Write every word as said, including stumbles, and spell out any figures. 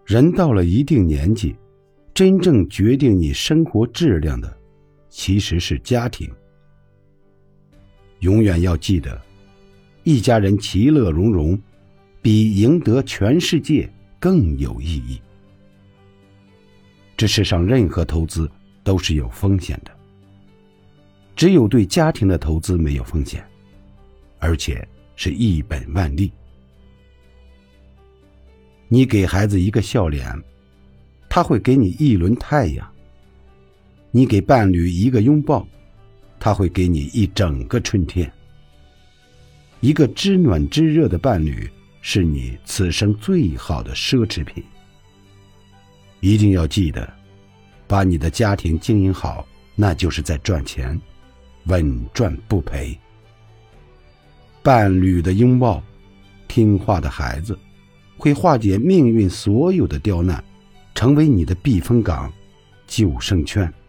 人到了一定年纪，真正决定你生活质量的其实是家庭。永远要记得，一家人其乐融融比赢得全世界更有意义。这世上任何投资都是有风险的，只有对家庭的投资没有风险，而且是一本万利。你给孩子一个笑脸，他会给你一轮太阳；你给伴侣一个拥抱，他会给你一整个春天。一个知暖知热的伴侣是你此生最好的奢侈品。一定要记得，把你的家庭经营好，那就是在赚钱，稳赚不赔。伴侣的拥抱，听话的孩子，会化解命运所有的刁难，成为你的避风港、救生圈。